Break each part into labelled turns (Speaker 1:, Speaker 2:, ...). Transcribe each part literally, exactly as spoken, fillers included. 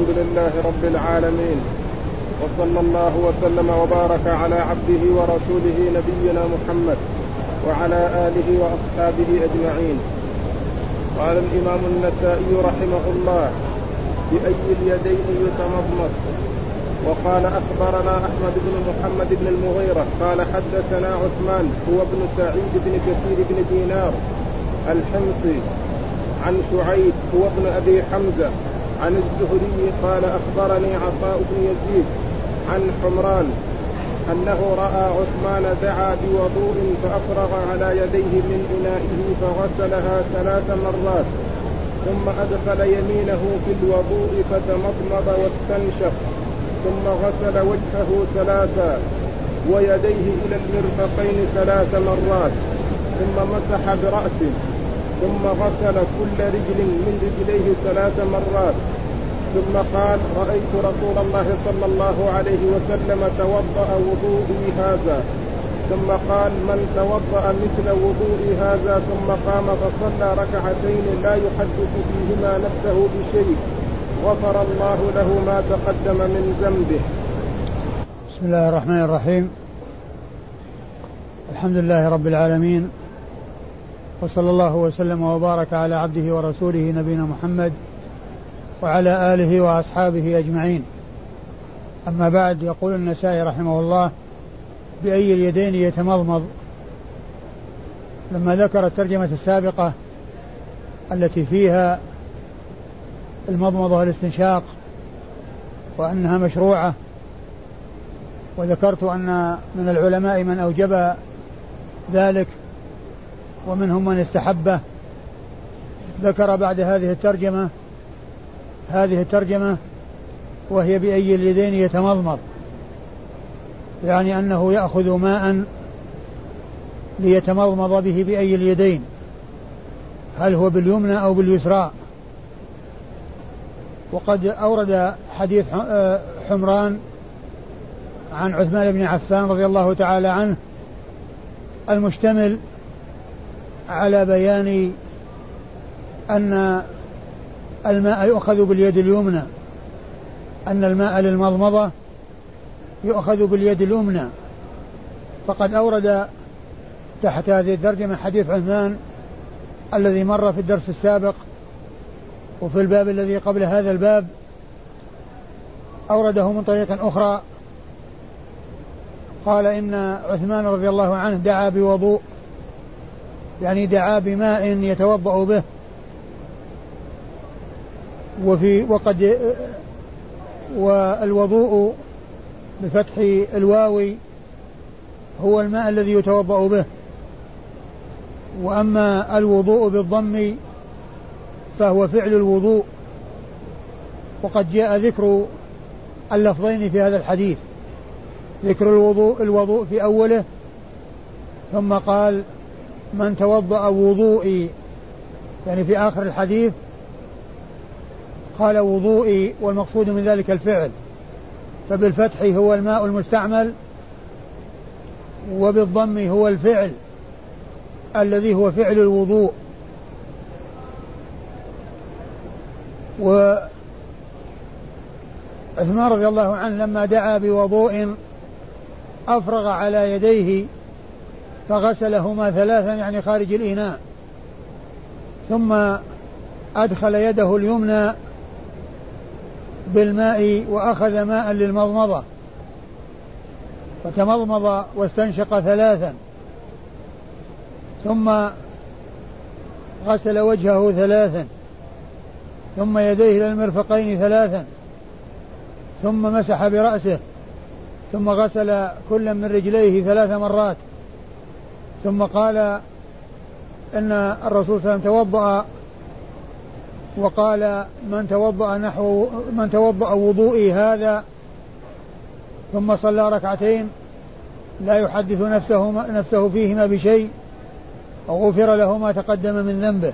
Speaker 1: الحمد لله رب العالمين، وصلى الله وسلم وبارك على عبده ورسوله نبينا محمد وعلى آله وأصحابه أجمعين. قال الإمام النسائي رحمه الله: بأي اليدين يتمضمض؟ وقال أخبرنا أحمد بن محمد بن المغيرة قال حدثنا عثمان هو ابن سعيد بن كثير بن دينار الحمصي عن شعيب هو ابن أبي حمزة عن الزهري قال أخبرني عطاء بن يزيد عن حمران أنه رأى عثمان دعا بوضوء فأفرغ على يديه من إنائه فغسلها ثلاث مرات، ثم أدخل يمينه في الوضوء فتمضمض واستنشق، ثم غسل وجهه ثلاثا ويديه إلى المرفقين ثلاث مرات، ثم مسح برأسه، ثم غسل كل رجل من رجليه ثلاث مرات، ثم قال: رأيت رسول الله صلى الله عليه وسلم توضأ وضوئي هذا. ثم قال: من توضأ مثل وضوئي هذا ثم قام فصلى ركعتين لا يحدث فيهما نفسه بشيء غفر الله له ما تقدم من ذنبه.
Speaker 2: بسم الله الرحمن الرحيم. الحمد لله رب العالمين، وصلى الله وسلم وبارك على عبده ورسوله نبينا محمد وعلى آله وأصحابه أجمعين. أما بعد، يقول النسائي رحمه الله: بأي اليدين يتمضمض؟ لما ذكر الترجمة السابقة التي فيها المضمضة والاستنشاق وأنها مشروعة، وذكرت أن من العلماء من أوجب ذلك ومنهم من استحبه، ذكر بعد هذه الترجمة هذه الترجمة وهي بأي اليدين يتمضمض، يعني أنه يأخذ ماء ليتمضمض به بأي اليدين، هل هو باليمنى أو باليسرى. وقد أورد حديث حمران عن عثمان بن عفان رضي الله تعالى عنه المشتمل على بيان أن الماء يؤخذ باليد اليمنى، أن الماء للمضمضة يؤخذ باليد اليمنى. فقد أورد تحت هذه الترجمة حديث عثمان الذي مر في الدرس السابق وفي الباب الذي قبل هذا الباب، أورده من طريق أخرى، قال إن عثمان رضي الله عنه دعا بوضوء، يعني دعا بماء يتوضأ به، وفي وقد والوضوء بفتح الواو هو الماء الذي يتوضأ به، وأما الوضوء بالضم فهو فعل الوضوء. وقد جاء ذكر اللفظين في هذا الحديث، ذكر الوضوء الوضوء في أوله، ثم قال: من توضأ وضوئي، يعني في آخر الحديث قال وضوئي، والمقصود من ذلك الفعل، فبالفتح هو الماء المستعمل، وبالضم هو الفعل الذي هو فعل الوضوء. وعثمان رضي الله عنه لما دعا بوضوء أفرغ على يديه فغسلهما ثلاثا، يعني خارج الإناء، ثم أدخل يده اليمنى بالماء وأخذ ماء للمضمضة فتمضمض واستنشق ثلاثا، ثم غسل وجهه ثلاثا، ثم يديه إلى المرفقين ثلاثا، ثم مسح برأسه، ثم غسل كل من رجليه ثلاث مرات، ثم قال إن الرسول صلى الله عليه وسلم توضأ وقال: من توضأ نحو من توضأ وضوئي هذا ثم صلى ركعتين لا يحدث نفسه نفسه فيهما بشيء وغفر له ما تقدم من ذنبه.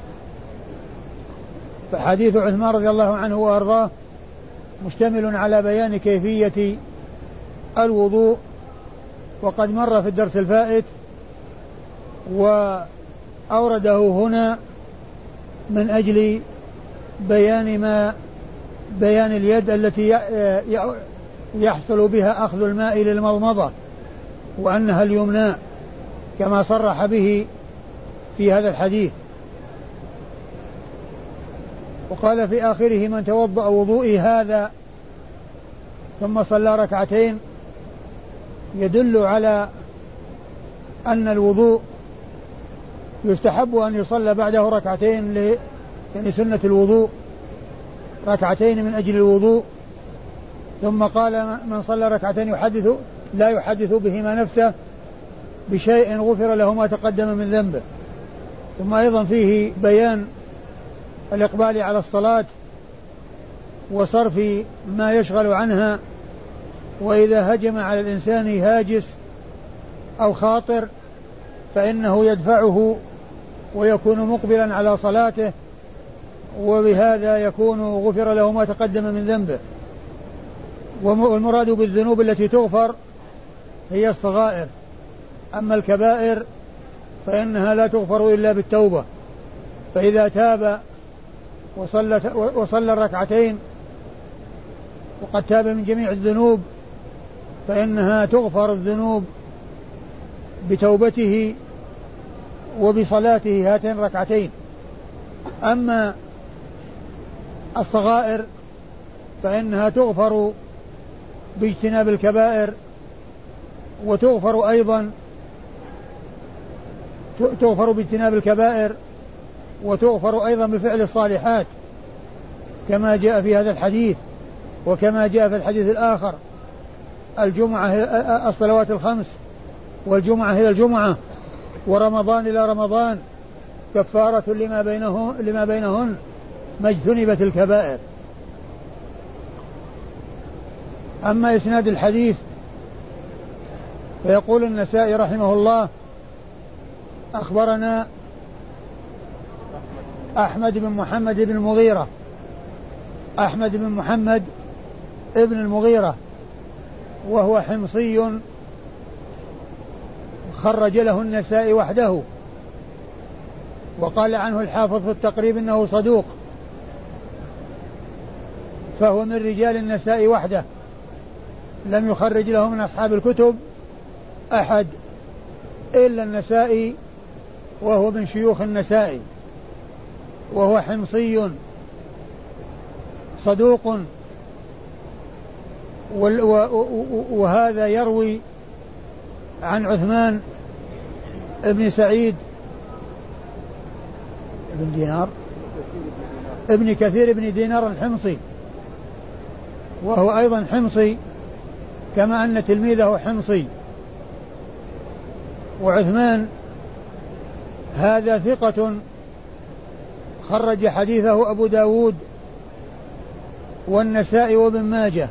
Speaker 2: فحديث عثمان رضي الله عنه وأرضاه مشتمل على بيان كيفية الوضوء، وقد مر في الدرس الفائت، وأورده هنا من أجل بيان ما بيان اليد التي يحصل بها أخذ الماء للمضمضة وأنها اليمنى كما صرح به في هذا الحديث. وقال في آخره: من توضأ وضوئي هذا ثم صلى ركعتين، يدل على أن الوضوء يستحب أن يصلى بعده ركعتين، يعني سنة الوضوء ركعتين من أجل الوضوء. ثم قال: من صلى ركعتين يحدث لا يحدث بهما نفسه بشيء غفر له ما تقدم من ذنبه. ثم أيضا فيه بيان الإقبال على الصلاة وصرف ما يشغل عنها، وإذا هجم على الإنسان هاجس أو خاطر فإنه يدفعه ويكون مقبلا على صلاته، وبهذا يكون غفر له ما تقدم من ذنبه. والمراد بالذنوب التي تغفر هي الصغائر، أما الكبائر فإنها لا تغفر إلا بالتوبة. فإذا تاب وصلى, وصلى الركعتين وقد تاب من جميع الذنوب فإنها تغفر الذنوب بتوبته وبصلاته هاتين الركعتين. أما الصغائر فإنها تغفر باجتناب الكبائر، وتغفر أيضا تغفر باجتناب الكبائر وتغفر أيضا بفعل الصالحات كما جاء في هذا الحديث، وكما جاء في الحديث الآخر: الجمعة الصلوات الخمس والجمعة إلى الجمعة ورمضان إلى رمضان كفارة لما بينه لما بينهن ما اجتنبت الكبائر. أما إسناد الحديث فيقول النسائي رحمه الله: أخبرنا أحمد بن محمد بن المغيرة أحمد بن محمد ابن المغيرة وهو حمصي خرج له النسائي وحده، وقال عنه الحافظ في التقريب إنه صدوق، فهو من رجال النسائي وحده، لم يخرج له من أصحاب الكتب أحد إلا النسائي، وهو من شيوخ النسائي، وهو حمصي صدوق. وهذا يروي عن عثمان ابن سعيد ابن دينار ابن كثير ابن دينار الحمصي، وهو أيضا حمصي كما أن تلميذه حمصي. وعثمان هذا ثقة خرج حديثه أبو داود والنسائي وابن ماجه،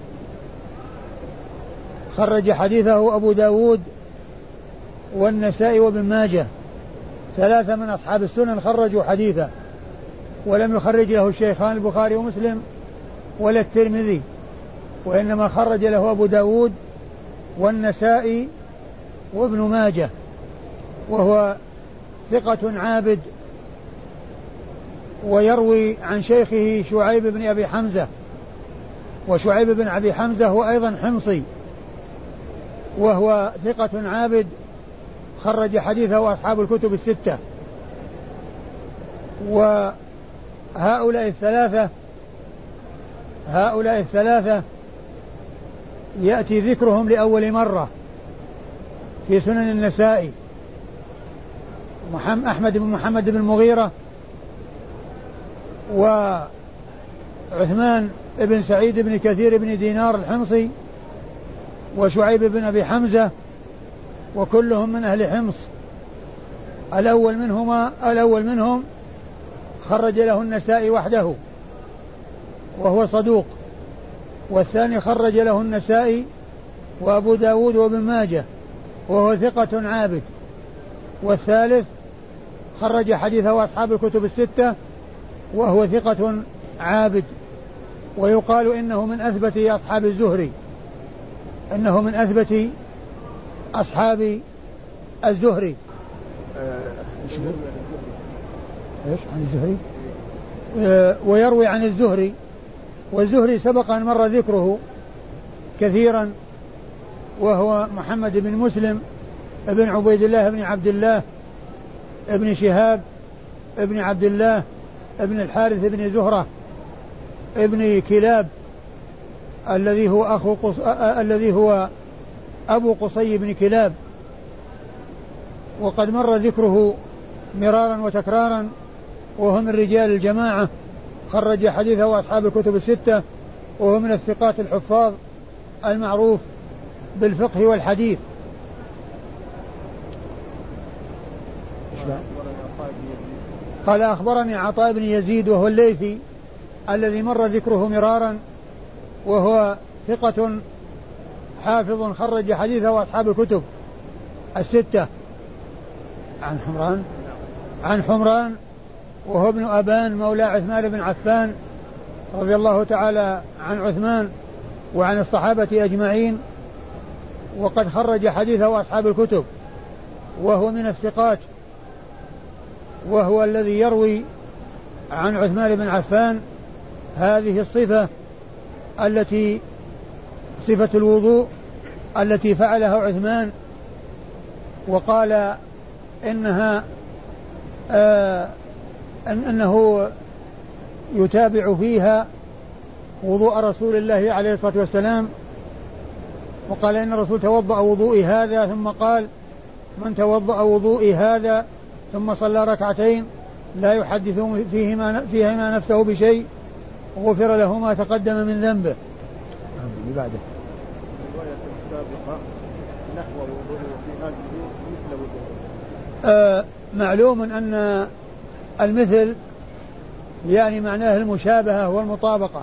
Speaker 2: خرج حديثه أبو داود والنسائي وابن ماجه، ثلاثة من أصحاب السنن خرجوا حديثه، ولم يخرج له الشيخان البخاري ومسلم ولا الترمذي، وإنما خرج له أبو داود والنسائي وابن ماجه، وهو ثقة عابد، ويروي عن شيخه شعيب بن أبي حمزة، وشعيب بن أبي حمزة هو أيضا حمصي، وهو ثقة عابد خرج حديثه أصحاب الكتب الستة. وهؤلاء الثلاثة هؤلاء الثلاثة يأتي ذكرهم لأول مرة في سنن النسائي: أحمد بن محمد بن المغيرة، وعثمان بن سعيد بن كثير بن دينار الحمصي، وشعيب بن أبي حمزة، وكلهم من أهل حمص. الأول منهما الأول منهم خرج له النسائي وحده وهو صدوق، والثاني خرج له النسائي وأبو داود وابن ماجه وهو ثقة عابد، والثالث خرج حديثه أصحاب الكتب الستة وهو ثقة عابد. ويقال إنه من أثبت أصحاب الزهري إنه من أثبت أصحاب الزهري. إيش عن الزهري؟ ويروي عن الزهري والزهري سبق أن مر ذكره كثيرا، وهو محمد بن مسلم ابن عبيد الله بن عبد الله ابن شهاب ابن عبد الله ابن الحارث بن زهرة ابن كلاب الذي هو أخو قص... الذي هو أبو قصي بن كلاب، وقد مر ذكره مرارا وتكرارا، وهو من رجال الجماعة، خرج حديثه أصحاب الكتب الستة، وهو من الثقات الحفاظ المعروف بالفقه والحديث. قال أخبرني عطاء بن يزيد وهو الليثي الذي مر ذكره مرارا، وهو ثقة حافظ خرج حديثه أصحاب الكتب الستة. عن حمران عن حمران وهو ابن أبان مولى عثمان بن عفان رضي الله تعالى عن عثمان وعن الصحابة أجمعين، وقد خرج حديثه أصحاب الكتب، وهو من الثقات، وهو الذي يروي عن عثمان بن عفان هذه الصفة التي صفة الوضوء التي فعلها عثمان، وقال إنها آه أن أنه يتابع فيها وضوء رسول الله عليه الصلاة والسلام، وقال إن الرسول توضأ وضوئي هذا، ثم قال من توضأ وضوئي هذا ثم صلى ركعتين لا يحدث فيهما, فيهما نفسه بشيء غفر له ما تقدم من ذنبه. بعده
Speaker 1: الرواية السابقة نحو وضوء في هذه مثل وضوء.
Speaker 2: آه معلوم أن المثل يعني معناه المشابهة والمطابقة،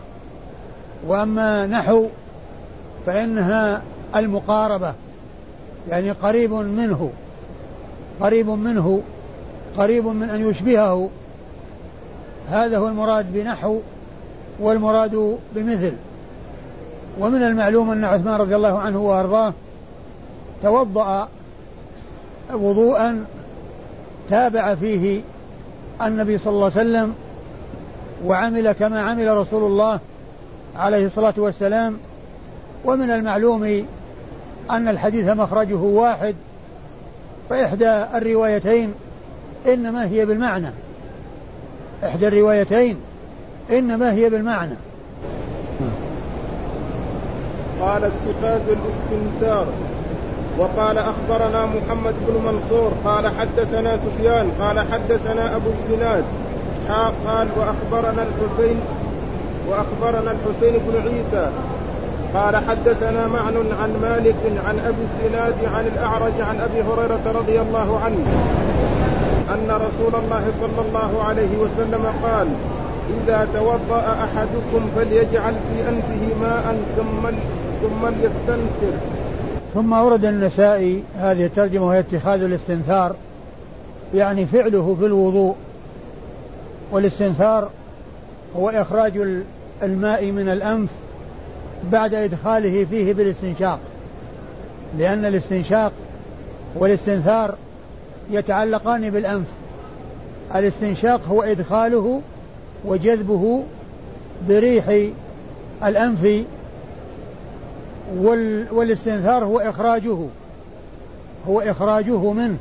Speaker 2: وأما نحو فإنها المقاربة، يعني قريب منه قريب منه قريب من أن يشبهه، هذا هو المراد بنحو والمراد بمثل. ومن المعلوم أن عثمان رضي الله عنه وأرضاه توضأ وضوءا تابع فيه النبي صلى الله عليه وسلم، وعمل كما عمل رسول الله عليه الصلاة والسلام. ومن المعلوم أن الحديث مخرجه واحد، فإحدى الروايتين إنما هي بالمعنى إحدى الروايتين إنما هي بالمعنى.
Speaker 1: قال اتخاذ الاستنثار. وقال أخبرنا محمد بن منصور قال حدثنا سفيان قال حدثنا أبو الزناد قال وأخبرنا الحسين وأخبرنا الحسين بن عيسى قال حدثنا معن عن مالك عن أبي الزناد عن الأعرج عن أبي هريرة رضي الله عنه أن رسول الله صلى الله عليه وسلم قال إذا توضأ أحدكم فليجعل في أنفه ماء ثم ثم ليستنثر.
Speaker 2: ثم ورد النسائي هذه الترجمة وهي اتخاذ الاستنثار، يعني فعله في الوضوء. والاستنثار هو إخراج الماء من الأنف بعد إدخاله فيه بالاستنشاق، لأن الاستنشاق والاستنثار يتعلقان بالأنف. الاستنشاق هو إدخاله وجذبه بريح الأنف، والاستنثار هو إخراجه هو إخراجه منه.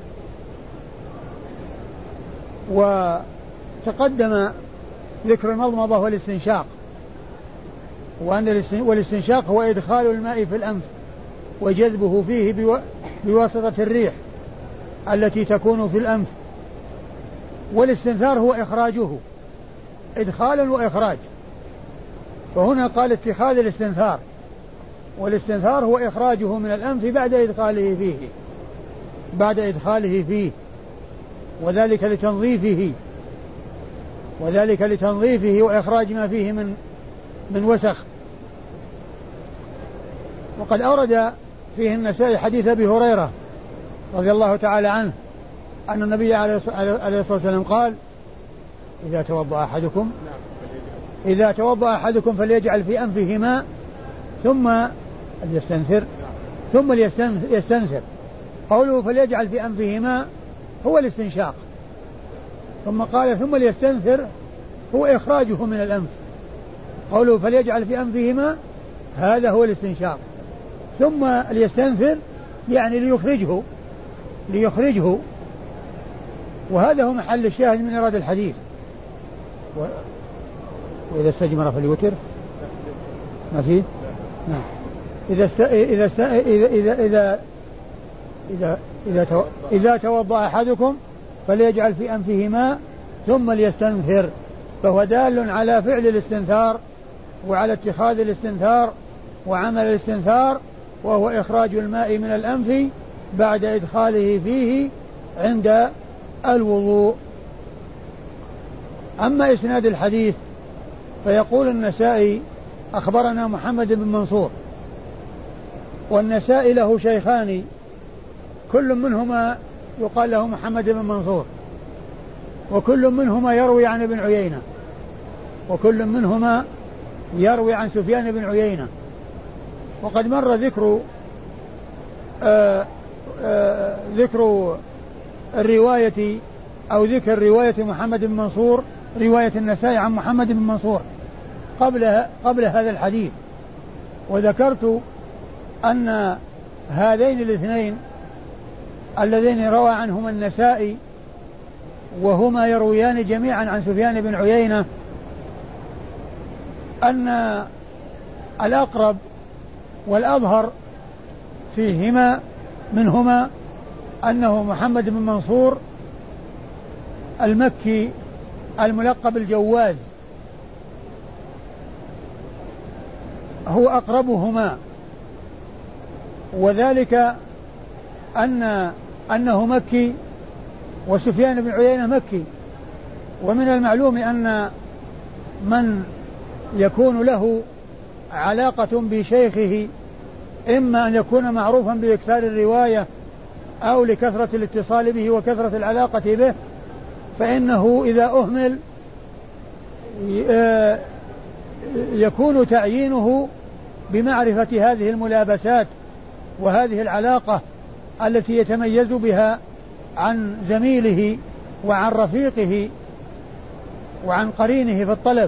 Speaker 2: وتقدم ذكر المضمضة والاستنشاق، وأن والاستنشاق هو إدخال الماء في الأنف وجذبه فيه بواسطة الريح التي تكون في الأنف، والاستنثار هو إخراجه إدخالا وإخراج. فهنا قال اتخاذ الاستنثار، والاستنثار هو إخراجه من الأنف بعد إدخاله فيه بعد إدخاله فيه وذلك لتنظيفه وذلك لتنظيفه وإخراج ما فيه من من وسخ. وقد أورد فيه النسائي حديث أبي هريرة رضي الله تعالى عنه أن النبي عليه الصلاة والسلام قال إذا توضأ أحدكم إذا توضأ أحدكم فليجعل في أنفه ماء ثم ليستنثر ثم ليستنثر. قوله فليجعل في أنفه ماء هو الاستنشاق، ثم قال ثم ليستنثر هو إخراجه من الأنف قوله فليجعل في أنفهما هذا هو الاستنشاق. ثم ليستنثر يعني ليخرجه ليخرجه وهذا هو محل الشاهد من إرادة الحديث. و... وإذا استجمر فليوتر ما فيه نعم. إذا است... إذا است... إذا إذا إذا إذا إذا, تو... إذا توضأ أحدكم فليجعل في أنفه ماء ثم ليستنثر، فهو دال على فعل الاستنثار وعلى اتخاذ الاستنثار وعمل الاستنثار، وهو إخراج الماء من الأنف بعد إدخاله فيه عند الوضوء. أما إسناد الحديث فيقول النسائي أخبرنا محمد بن منصور، والنسائي له شيخان كل منهما يقال له محمد بن منصور، وكل منهما يروي عن ابن عيينة، وكل منهما يروي عن سفيان بن عيينة. وقد مر ذكر آآ آآ ذكر الرواية أو ذكر رواية محمد بن منصور، رواية النسائي عن محمد بن منصور قبل قبل هذا الحديث، وذكرت أن هذين الاثنين اللذين روى عنهما النسائي وهما يرويان جميعا عن سفيان بن عيينة أن الأقرب والأظهر فيهما منهما أنه محمد بن منصور المكي الملقب الجواز هو أقربهما، وذلك أن أنه مكي وسفيان بن عيينة مكي. ومن المعلوم أن من يكون له علاقة بشيخه إما أن يكون معروفا بإكثار الرواية أو لكثرة الاتصال به وكثرة العلاقة به، فإنه إذا أهمل يكون تعيينه بمعرفة هذه الملابسات وهذه العلاقة التي يتميز بها عن زميله وعن رفيقه وعن قرينه في الطلب.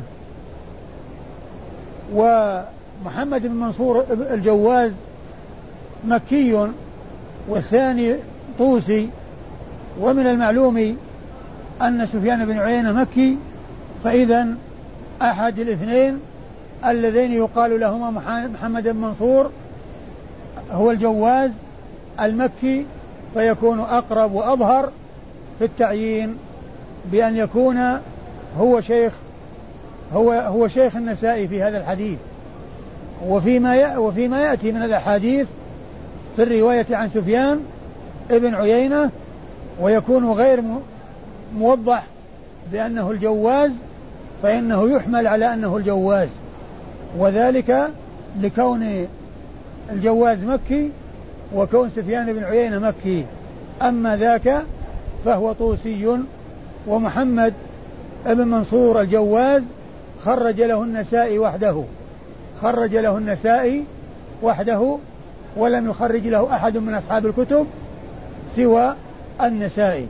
Speaker 2: ومحمد بن منصور الجواز مكي والثاني طوسي، ومن المعلوم أن سفيان بن عيينة مكي، فإذا أحد الاثنين اللذين يقال لهما محمد بن منصور هو الجواز المكي، فيكون أقرب وأظهر في التعيين بأن يكون هو شيخ هو هو شيخ النسائي في هذا الحديث. وفيما وفيما يأتي من الأحاديث في الرواية عن سفيان ابن عيينة ويكون غير موضح بأنه الجواز، فإنه يحمل على أنه الجواز، وذلك لكون الجواز مكي وكون سفيان بن عيينة مكي. أما ذاك فهو طوسي. ومحمد ابن منصور الجواز خرج له النسائي وحده خرج له النسائي وحده ولم يخرج له أحد من أصحاب الكتب سوى النسائي.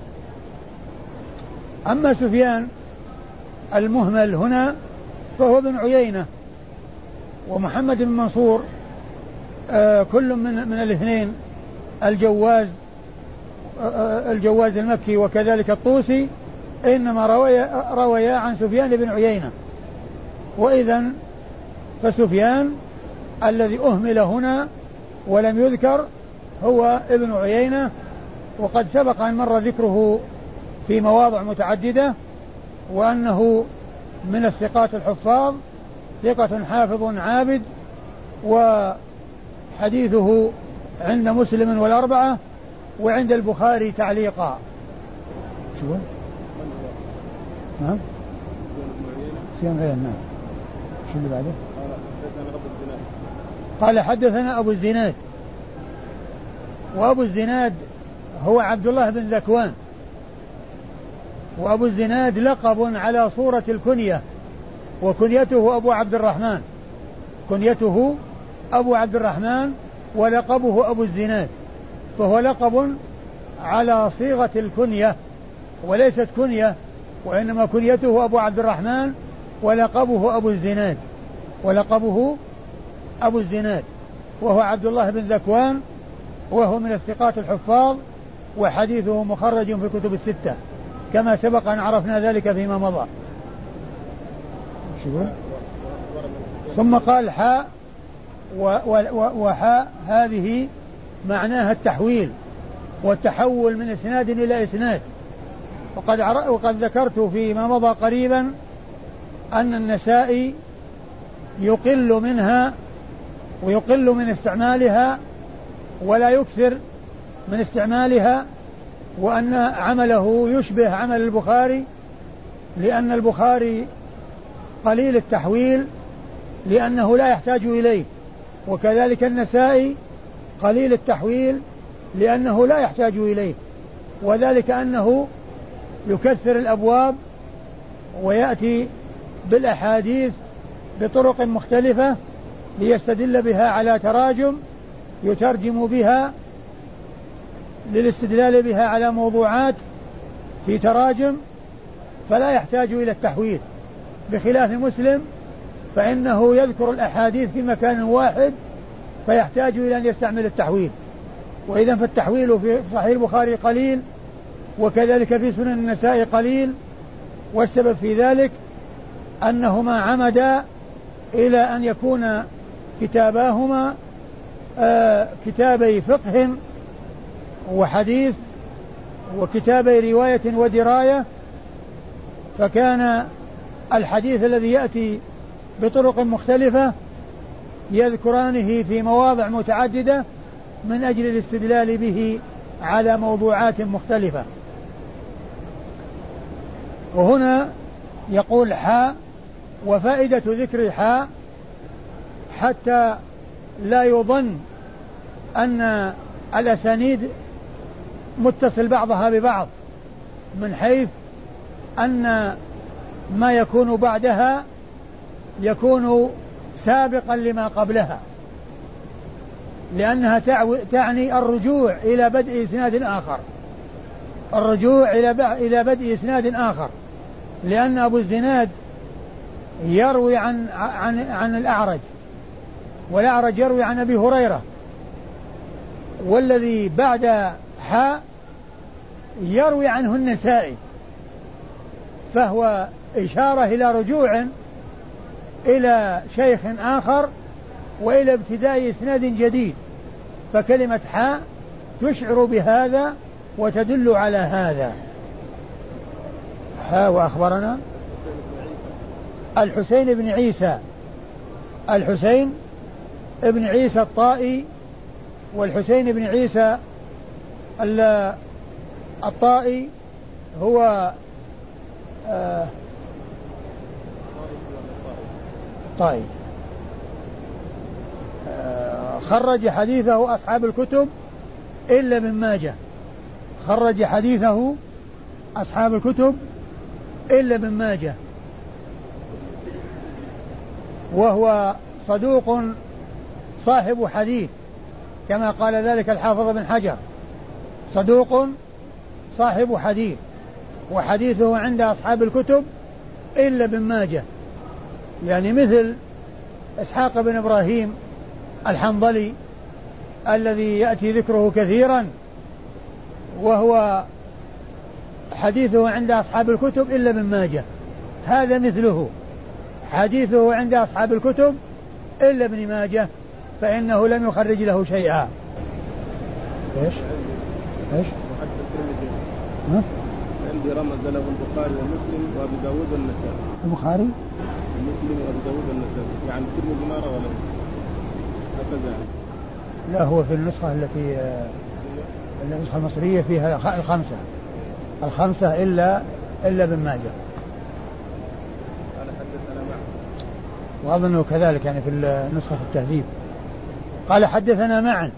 Speaker 2: أما سفيان المهمل هنا فهو ابن عيينة، ومحمد بن منصور آه كل من, من الاثنين الجواز آه الجواز المكي وكذلك الطوسي إنما رويا روي عن سفيان بن عيينة. وإذا فسفيان الذي أهمل هنا ولم يذكر هو ابن عيينة، وقد سبق أن مر ذكره في مواضع متعددة، وأنه من الثقات الحفاظ، ثقة حافظ عابد، وحديثه عند مسلم والأربعة وعند البخاري تعليقا. شو؟ نعم سفيان عيينة. نعم. شو اللي بعده؟ قال حدثنا أبو الزناد، وأبو الزناد هو عبد الله بن ذكوان، وأبو الزناد لقب على صورة الكنية، وكنيته أبو عبد الرحمن كنيته أبو عبد الرحمن ولقبه أبو الزناد، فهو لقب على صيغة الكنية وليست كنية، وإنما كنيته أبو عبد الرحمن ولقبه أبو الزناد. ولقبه أبو الزناد، وهو عبد الله بن ذكوان، وهو من الثقات الحفاظ، وحديثه مخرج في الكتب الستة كما سبق أن عرفنا ذلك فيما مضى. ثم قال حاء وحاء هذه معناها التحويل والتحول من إسناد إلى إسناد. وقد, وقد ذكرت فيما مضى قريبا أن النسائي يقل منها ويقل من استعمالها ولا يكثر من استعمالها، وأن عمله يشبه عمل البخاري، لأن البخاري قليل التحويل لأنه لا يحتاج إليه، وكذلك النسائي قليل التحويل لأنه لا يحتاج إليه، وذلك أنه يكثر الأبواب ويأتي بالأحاديث بطرق مختلفة ليستدل بها على تراجم يترجم بها للاستدلال بها على موضوعات في تراجم، فلا يحتاج إلى التحويل، بخلاف مسلم فإنه يذكر الأحاديث في مكان واحد فيحتاج إلى أن يستعمل التحويل. وإذا فالتحويل في صحيح البخاري قليل، وكذلك في سنن النسائي قليل، والسبب في ذلك أنهما عمدا إلى أن يكون كتاباهما آه كتابي فقه وحديث وكتابي رواية ودراية، فكان الحديث الذي يأتي بطرق مختلفة يذكرانه في مواضع متعددة من أجل الاستدلال به على موضوعات مختلفة. وهنا يقول حاء، وفائدة ذكر حاء حتى لا يظن أن الأسانيد متصل بعضها ببعض، من حيث أن ما يكون بعدها يكون سابقا لما قبلها، لأنها تعني الرجوع إلى بدء إسناد آخر، الرجوع إلى بدء إسناد آخر، لأن أبو الزناد يروي عن عن عن الأعرج، والأعرج يروي عن أبي هريرة، والذي بعد حاء يروي عنه النسائي، فهو إشارة إلى رجوع إلى شيخ آخر وإلى ابتداء إسناد جديد، فكلمة حاء تشعر بهذا وتدل على هذا. حاء وأخبرنا الحسين بن عيسى، الحسين بن عيسى الطائي، والحسين بن عيسى الطائي هو آه طائي آه خرج حديثه أصحاب الكتب إلا ابن ماجه، خرج حديثه أصحاب الكتب إلا ابن ماجه، وهو صدوق صاحب حديث كما قال ذلك الحافظ بن حجر، صدوق صاحب حديث، وحديثه عند أصحاب الكتب إلا ابن ماجه، يعني مثل إسحاق بن إبراهيم الحنظلي الذي يأتي ذكره كثيرا، وهو حديثه عند أصحاب الكتب إلا ابن ماجه، هذا مثله حديثه عند أصحاب الكتب إلا ابن ماجه، فإنه لم يخرج له شيئا. إيش؟ إيش؟ ها؟
Speaker 1: عندي رمز له البخاري ومسلم وأبي داود والنسائي.
Speaker 2: البخاري؟
Speaker 1: مسلم وأبي داود والنسائي، يعني الترمذي ما روى له هكذا.
Speaker 2: لا، هو في النسخة التي النسخة المصرية فيها الخمسة الخمسة إلا إلا ابن ماجه.
Speaker 1: قال حدثنا معا،
Speaker 2: وأظنه كذلك يعني في النسخة التهذيب. قال حدثنا معا،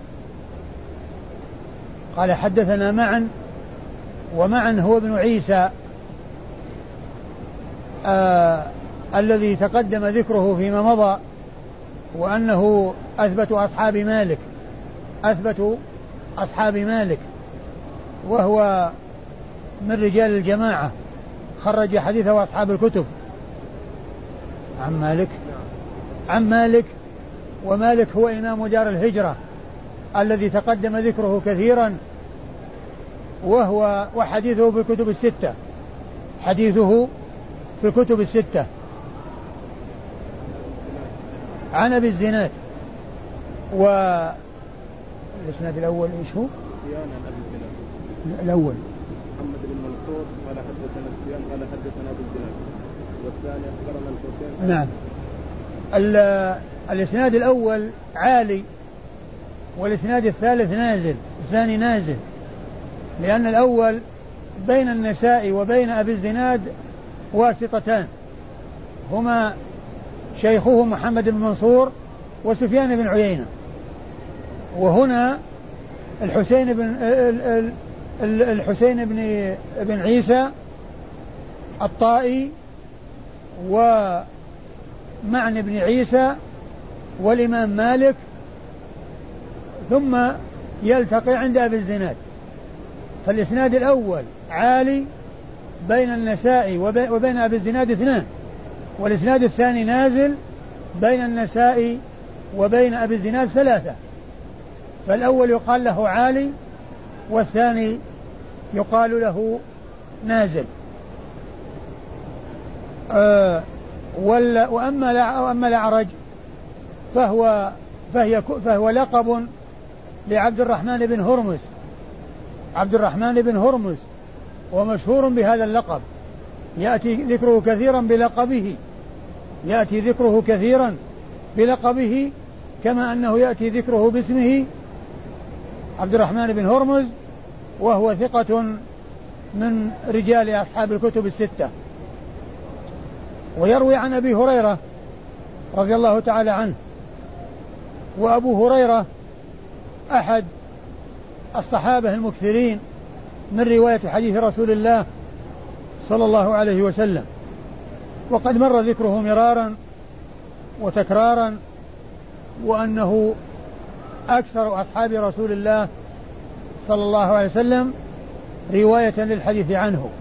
Speaker 2: قال حدثنا معا، ومعا هو ابن عيسى آه الذي تقدم ذكره فيما مضى، وأنه أثبت أصحاب مالك، أثبت أصحاب مالك، وهو من رجال عن مالك، ومالك هو إمام دار الهجرة الذي تقدم ذكره كثيرا، وهو وحديثه في الكتب الستة، حديثه في الكتب الستة. عن أبي الزناد، والإسناد الأول إيش هو؟ الأول
Speaker 1: محمد بن منصور قال حدثنا سفيان قال حدثنا أبو الزناد، والثاني أخبرنا الحسين.
Speaker 2: نعم. الإسناد الأول عالي، والإسناد الثالث نازل، الثاني نازل، لأن الأول بين النسائي وبين أبي الزناد واسطتان، هما شيخه محمد بن منصور وسفيان بن عيينة، وهنا الحسين بن الحسين بن بن عيسى الطائي ومعن بن عيسى والإمام مالك، ثم يلتقي عند أبي الزناد. فالإسناد الأول عالي بين النسائي وبين أبي الزناد اثنان، والإسناد الثاني نازل بين النسائي وبين أبي الزناد ثلاثة، فالأول يقال له عالي والثاني يقال له نازل. أه وأما وأما الأعرج فهو فهي فهو لقب لعبد الرحمن بن هرمز، عبد الرحمن بن هرمز، ومشهور بهذا اللقب، يأتي ذكره كثيرا بلقبه، يأتي ذكره كثيرا بلقبه، كما أنه يأتي ذكره باسمه عبد الرحمن بن هرمز، وهو ثقة من رجال أصحاب الكتب الستة. ويروي عن أبي هريرة رضي الله تعالى عنه، وأبو هريرة أحد الصحابة المكثرين من رواية حديث رسول الله صلى الله عليه وسلم، وقد مر ذكره مرارا وتكرارا، وأنه أكثر أصحاب رسول الله صلى الله عليه وسلم رواية للحديث عنه.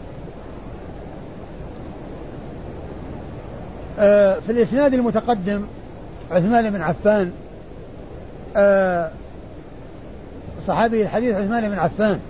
Speaker 2: آه في الإسناد المتقدم عثمان بن عفان، آه صحابي الحديث عثمان بن عفان،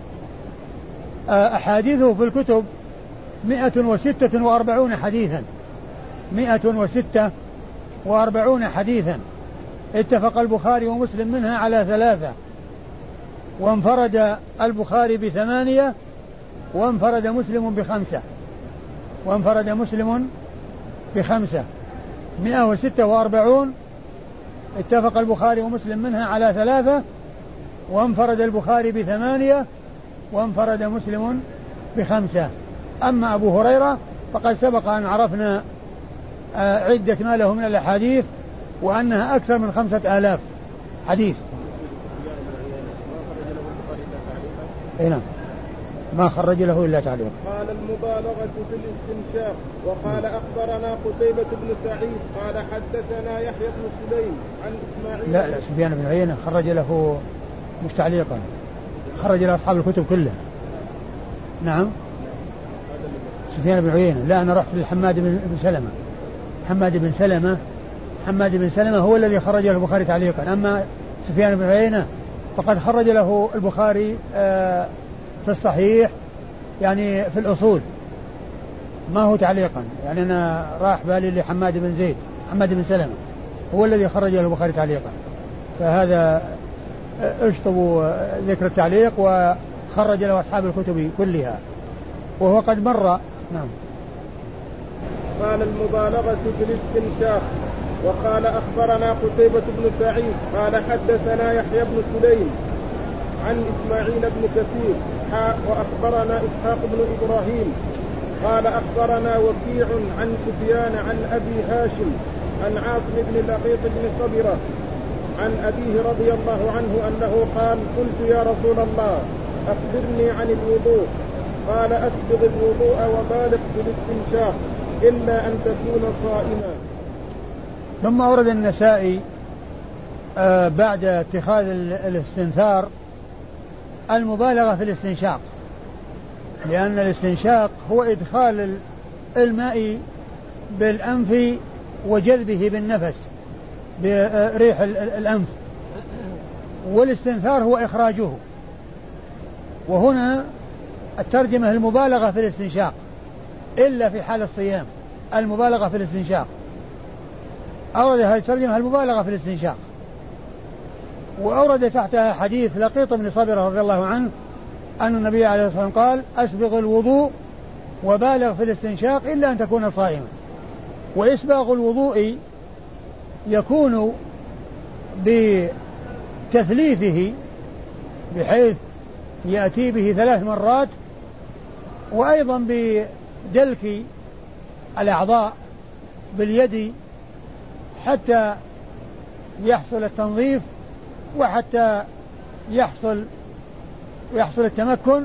Speaker 2: آه أحاديثه في الكتب مئة وستة وأربعون حديثا، مئة وستة وأربعون حديثا، اتفق البخاري ومسلم منها على ثلاثة، وانفرد البخاري بثمانية، وانفرد مسلم بخمسة، وانفرد مسلم بخمسة. مئة وستة وأربعون اتفق البخاري ومسلم منها على ثلاثة، وانفرد البخاري بثمانية، وانفرد مسلم بخمسة. أما أبو هريرة فقد سبق أن عرفنا عدة ما له من الأحاديث، وأنها أكثر من خمسة آلاف حديث. نعم، ما خرج له إلا تعليق.
Speaker 1: قال المبالغة في الاستنشاق. وقال أخبرنا قتيبة بن سعيد قال حدثنا يحيى بن سليم عن إسماعيل.
Speaker 2: لا لا سفيان بن عيينة خرج له مش تعليقا، خرج له أصحاب الكتب كلها. نعم سفيان بن عيينة. لا أنا رحت لحماد بن سلمة، حماد بن سلمة حماد بن سلمة هو الذي خرج له البخاري تعليقا. أما سفيان بن عيينة فقد خرج له البخاري آه في الصحيح، يعني في الأصول، ما هو تعليقا. يعني أنا راح بالي لحماد بن زيد، حماد بن سلمة هو الذي خرج له البخاري تعليقا، فهذا اشطبوا ذكر التعليق وخرج له أصحاب الكتب كلها، وهو قد مر. نعم.
Speaker 1: قال المبالغة في الاستنشاق. وقال أخبرنا قتيبة بن سعيد قال حدثنا يحيى بن سليم عن إسماعيل بن كثير وأخبرنا إسحاق بن إبراهيم قال أخبرنا وكيع عن سفيان عن أبي هاشم عن عاصم بن لقيط بن صبرة عن أبيه رضي الله عنه أنه قال قلت يا رسول الله أخبرني عن الوضوء، قال أسبغ الوضوء وبالغ في الاستنشاق إلا أن تكون صائما.
Speaker 2: ثم أورد النسائي آه بعد اتخاذ الاستنثار المبالغة في الاستنشاق، لأن الاستنشاق هو إدخال الماء بالأنف وجذبه بالنفس بريح الأنف، والاستنثار هو إخراجه. وهنا الترجمة المبالغة في الاستنشاق إلا في حال الصيام، المبالغة في الاستنشاق، أورد هذه الترجمة المبالغة في الاستنشاق. وأورد تحتها حديث لقيط بن صبرة رضي الله عنه أن النبي عليه الصلاة والسلام قال أسبغ الوضوء وبالغ في الاستنشاق إلا أن تكون صائما. وإسباغ الوضوء يكون بتثليثه بحيث يأتي به ثلاث مرات، وأيضا بدلك الأعضاء باليد حتى يحصل التنظيف وحتى يحصل يحصل التمكن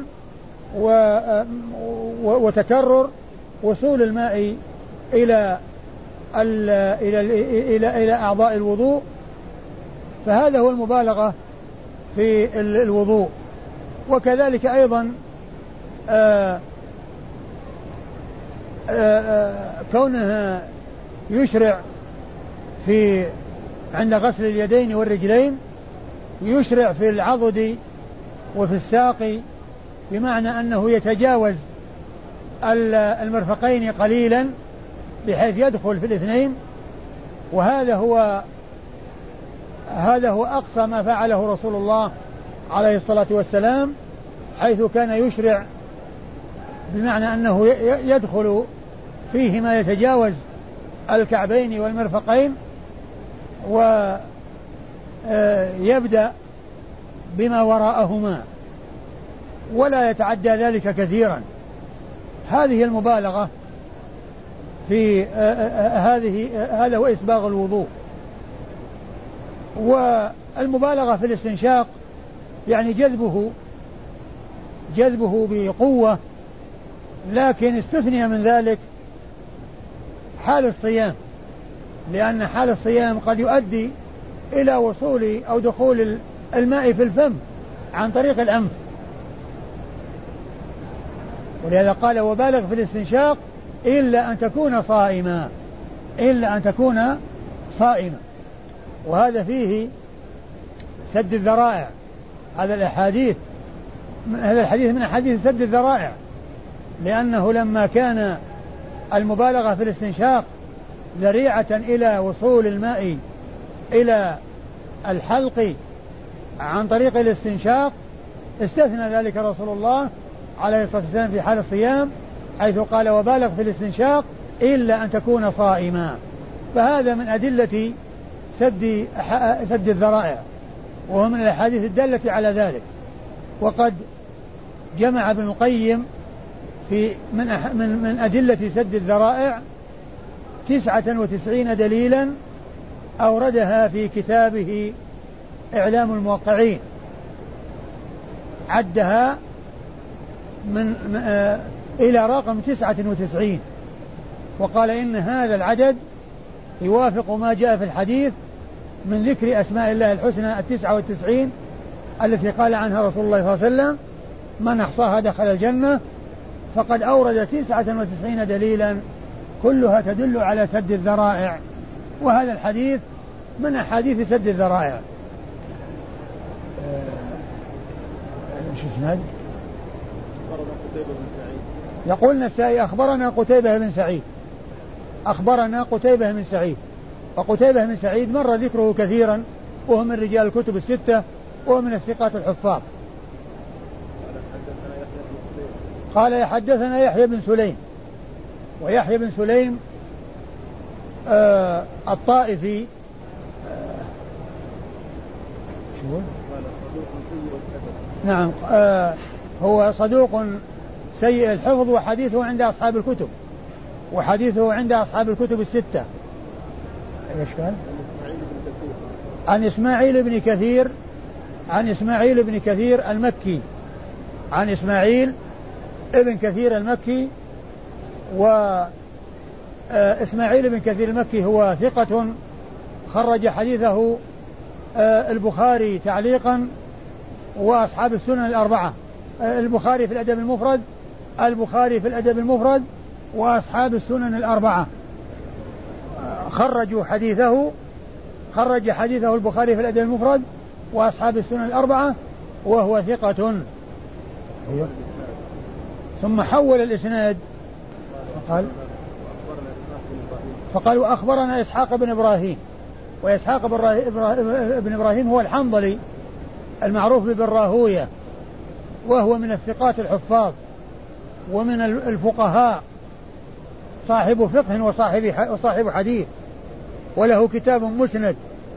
Speaker 2: وتكرر وصول الماء إلى إلى إلى إلى أعضاء الوضوء. فهذا هو المبالغة في الوضوء. وكذلك أيضا آآ آآ كونها يشرع في عند غسل اليدين والرجلين، يشرع في العضد وفي الساق، بمعنى أنه يتجاوز المرفقين قليلا بحيث يدخل في الاثنين. وهذا هو هذا هو أقصى ما فعله رسول الله عليه الصلاة والسلام، حيث كان يشرع بمعنى أنه يدخل فيه ما يتجاوز الكعبين والمرفقين، ويبدأ بما وراءهما ولا يتعدى ذلك كثيرا. هذه المبالغة في هذه هذا هو إسباغ الوضوء. والمبالغة في الاستنشاق يعني جذبه جذبه بقوة، لكن استثني من ذلك حال الصيام، لأن حال الصيام قد يؤدي إلى وصول أو دخول الماء في الفم عن طريق الأنف، ولهذا قال وبالغ في الاستنشاق إلا أن تكون صائما، إلا أن تكون صائما. وهذا فيه سد الذرائع. هذا الحديث هذا الحديث من أحاديث سد الذرائع، لأنه لما كان المبالغة في الاستنشاق ذريعة إلى وصول الماء إلى الحلق عن طريق الاستنشاق، استثنى ذلك رسول الله عليه الصلاة والسلام في حال الصيام، حيث قال وبالغ في الاستنشاق إلا أن تكون صائما. فهذا من أدلة سد سد الذرائع، وهو من الأحاديث الدالة على ذلك. وقد جمع ابن القيم في من من من أدلة سد الذرائع تسعة وتسعين دليلا أوردها في كتابه إعلام الموقعين، عدها من آه إلى رقم تسعة وتسعين، وقال إن هذا العدد يوافق ما جاء في الحديث من ذكر أسماء الله الحسنى التسعة والتسعين التي قال عنها رسول الله صلى الله عليه وسلم من أحصاها دخل الجنة. فقد أورد تسعة وتسعين دليلا كلها تدل على سد الذرائع، وهذا الحديث من أحاديث سد الذرائع. شو اسمه؟ يقول النسائي أخبرنا قتيبة بن سعيد، أخبرنا قتيبة بن سعيد. وقتيبة بن سعيد مر ذكره كثيرا، وهو من رجال الكتب الستة، وهو من الثقات الحفاظ. قال يحدثنا يحيى بن سليم، ويحيى بن سليم آه الطائفي آه شو نعم آه هو صدوق سيء الحفظ، وحديثه عند أصحاب الكتب وحديثه عند أصحاب الكتب الستة. ايش قال؟ عن إسماعيل بن كثير عن إسماعيل بن كثير المكي عن إسماعيل ابن كثير المكي. وإسماعيل بن كثير المكي هو ثقة خرج حديثه البخاري تعليقا وأصحاب السنن الأربعة، البخاري في الأدب المفرد البخاري في الأدب المفرد وأصحاب السنن الأربعة خرجوا حديثه خرج حديثه البخاري في الأدب المفرد وأصحاب السنن الأربعة وهو ثقة. أيوه. ثم حول الإسناد فقال فقال وأخبرنا إسحاق بن إبراهيم، وإسحاق بن إبراهيم هو الحنظلي المعروف بن راهوية، وهو من الثقات الحفاظ ومن الفقهاء، صاحب فقه وصاحب وصاحب حديث، وله كتاب مسند،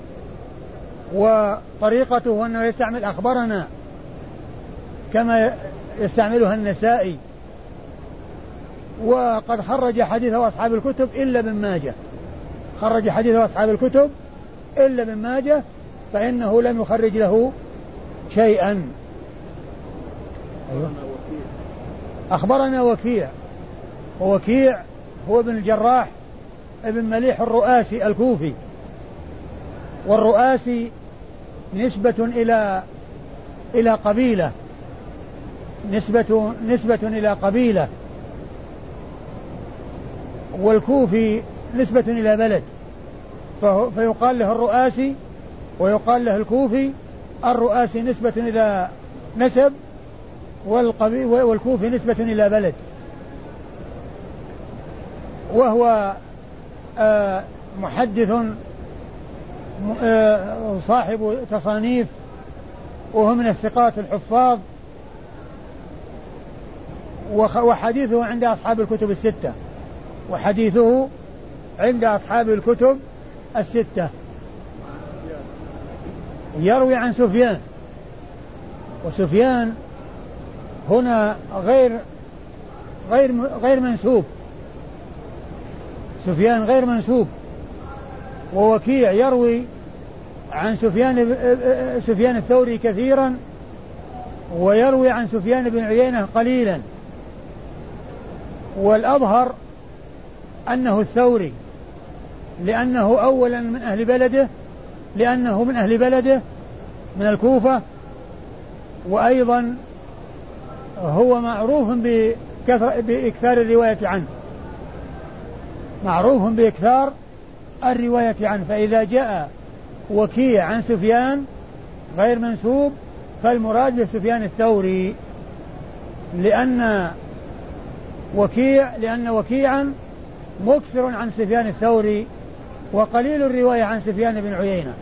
Speaker 2: وطريقته أنه يستعمل أخبرنا كما يستعملها النسائي. وقد خرج حديثه أصحاب الكتب إلا ابن ماجه، خرج حديثه أصحاب الكتب إلا ابن ماجه، فإنه لم يخرج له شيئا. أيوة. أخبرنا وكيع، ووكيع هو ابن الجراح ابن مليح الرؤاسي الكوفي، والرؤاسي نسبة إلى إلى قبيلة، نسبة نسبة إلى قبيلة، والكوفي نسبة إلى بلد، فيقال له الرؤاسي ويقال له الكوفي. الرؤاسي نسبة إلى نسب، والكوفي نسبة إلى بلد. وهو محدث صاحب تصانيف، وهو من الثقات الحفاظ، وحديثه عند أصحاب الكتب الستة، وحديثه عند أصحاب الكتب الستة. يروي عن سفيان، وسفيان هنا غير غير غير منسوب، سفيان غير منسوب. ووكيع يروي عن سفيان سفيان الثوري كثيرا، ويروي عن سفيان بن عيينة قليلا، والأظهر أنه الثوري، لأنه أولا من أهل بلده، لأنه من أهل بلده من الكوفة، وأيضا هو معروف بإكثار الرواية عنه، معروف بإكثار الرواية عنه. فإذا جاء وكيع عن سفيان غير منسوب فالمراد بسفيان الثوري، لأن وكيع لأن وكيعا مكثر عن سفيان الثوري وقليل الرواية عن سفيان بن عيينة.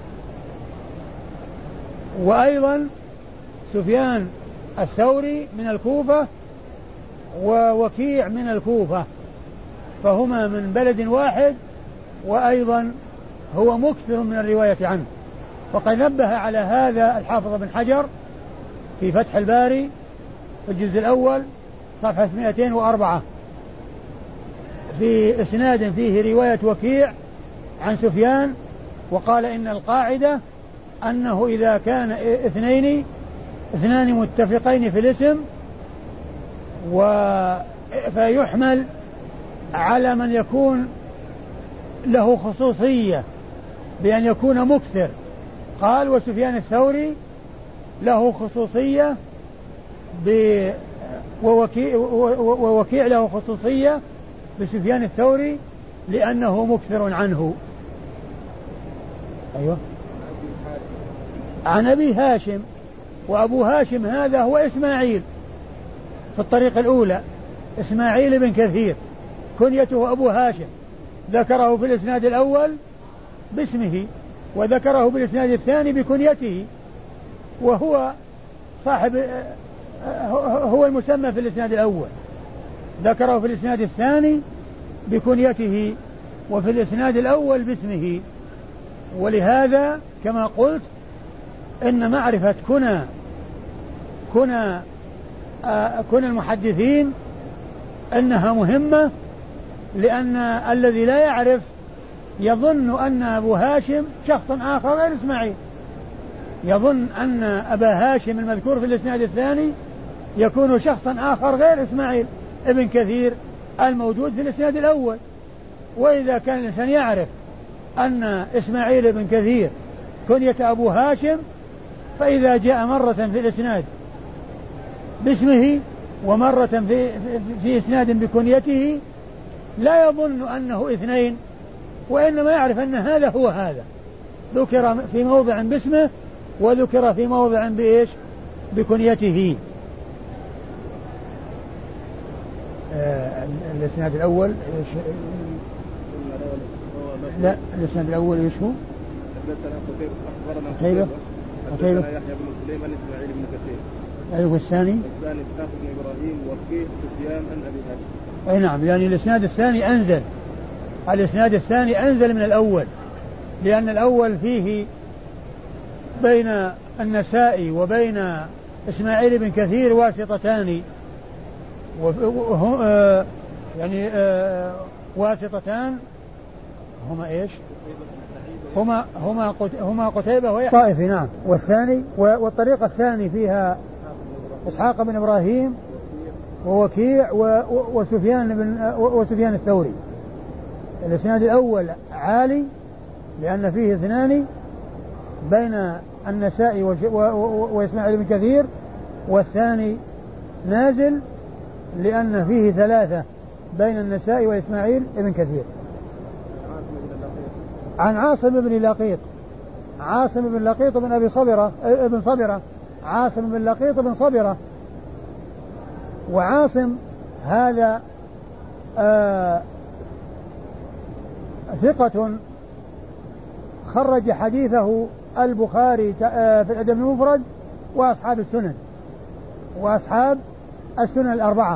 Speaker 2: وأيضا سفيان الثوري من الكوفة ووكيع من الكوفة، فهما من بلد واحد، وأيضا هو مكثر من الرواية عنه. وقد نبه على هذا الحافظ بن حجر في فتح الباري في الجزء الأول صفحة مئتين وأربعة في إسناد فيه رواية وكيع عن سفيان، وقال إن القاعدة أنه إذا كان اثنين اثنان متفقين في الاسم فيحمل على من يكون له خصوصية بأن يكون مكثر. قال وسفيان الثوري له خصوصية ووكيع, ووكيع له خصوصية بسفيان الثوري لأنه مكثر عنه. أيوة. عن أبي هاشم، وأبو هاشم هذا هو إسماعيل في الطريقة الأولى، إسماعيل بن كثير كنيته أبو هاشم، ذكره في الإسناد الأول باسمه، وذكره في الإسناد الثاني بكنيته، وهو صاحب هو المسمى في الإسناد الأول، ذكره في الإسناد الثاني بكنيته، وفي الإسناد الأول باسمه. ولهذا كما قلت إن معرفة كنى كنى كنى المحدثين أنها مهمة، لأن الذي لا يعرف يظن أن أبو هاشم شخص آخر غير إسماعيل، يظن أن أبا هاشم المذكور في الإسناد الثاني يكون شخصا آخر غير إسماعيل ابن كثير الموجود في الإسناد الأول. وإذا كان الإنسان يعرف أن إسماعيل بن كثير كنية أبو هاشم، فإذا جاء مرة في الإسناد باسمه ومرة في, في إسناد بكنيته لا يظن أنه اثنين، وإنما يعرف أن هذا هو هذا، ذكر في موضع باسمه وذكر في موضع بإيش؟ بكنيته. آه الاسناد الأول إيش؟ لا الاسناد الأول إيش هو؟
Speaker 1: قتيبة قتيبة يحيى بن سليمان إسماعيل بن كثير.
Speaker 2: أيوه. الثاني
Speaker 1: الثاني إسحاق بن إبراهيم وكيع سفيان عن أبي هاشم.
Speaker 2: أي نعم، يعني الاسناد الثاني أنزل، الاسناد الثاني أنزل من الأول، لأن الأول فيه بين النسائي وبين إسماعيل بن كثير واسطتان، وه... يعني واسطتان هما إيش؟ هما هما هما قتيبة ويحيى الطائفي. نعم. والثاني والطريقة الثاني فيها إسحاق بن إبراهيم ووكيع وسفيان بن وسفيان الثوري. الاسناد الأول عالي لأن فيه اثنان بين النسائي وإسماعيل بن كثير، والثاني نازل لأن فيه ثلاثة بين النسائي وإسماعيل بن كثير. عن عاصم بن لقيط، عاصم بن لقيط بن أبي صبرة ابن صبرة عاصم بن لقيط بن صبرة. وعاصم هذا آه ثقة خرج حديثه البخاري في الأدب المفرد وأصحاب السنن وأصحاب السنن الأربعة.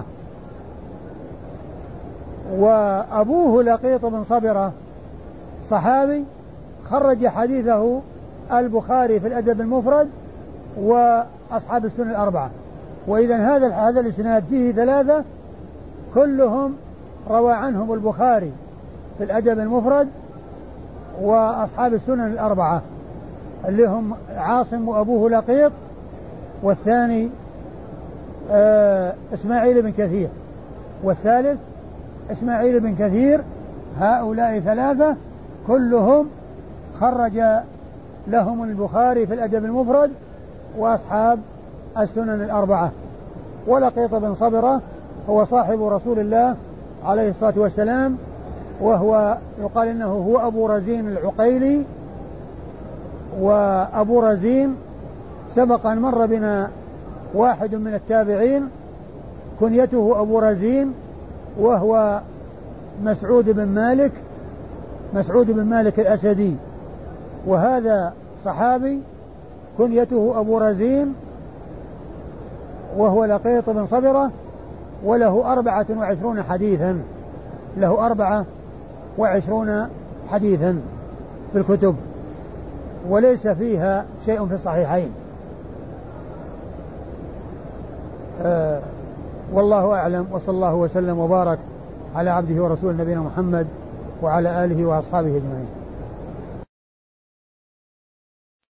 Speaker 2: وأبوه لقيط بن صبرة صحابي خرج حديثه البخاري في الأدب المفرد وأصحاب السنن الأربعة. وإذا هذا هذا الإسناد فيه ثلاثة كلهم روى عنهم البخاري في الأدب المفرد وأصحاب السنن الأربعة اللي هم عاصم وأبوه لقيط، والثاني آه إسماعيل بن كثير، والثالث إسماعيل بن كثير. هؤلاء ثلاثة كلهم خرج لهم البخاري في الأدب المفرد وأصحاب السنن الأربعة. ولقيط بن صبرة هو صاحب رسول الله عليه الصلاة والسلام، وهو يقال إنه هو أبو رزين العقيلي. وأبو رزين سبق أن مر بنا واحد من التابعين كنيته أبو رزين، وهو مسعود بن مالك مسعود بن مالك الأسدي، وهذا صحابي كنيته أبو رزين وهو لقيط بن صبرة، وله أربعة وعشرون حديثا له أربعة وعشرون حديثا في الكتب، وليس فيها شيء في الصحيحين. آه والله أعلم، وصلى الله وسلم وبارك على عبده ورسوله نبينا محمد وعلى آله وأصحابه أجمعين.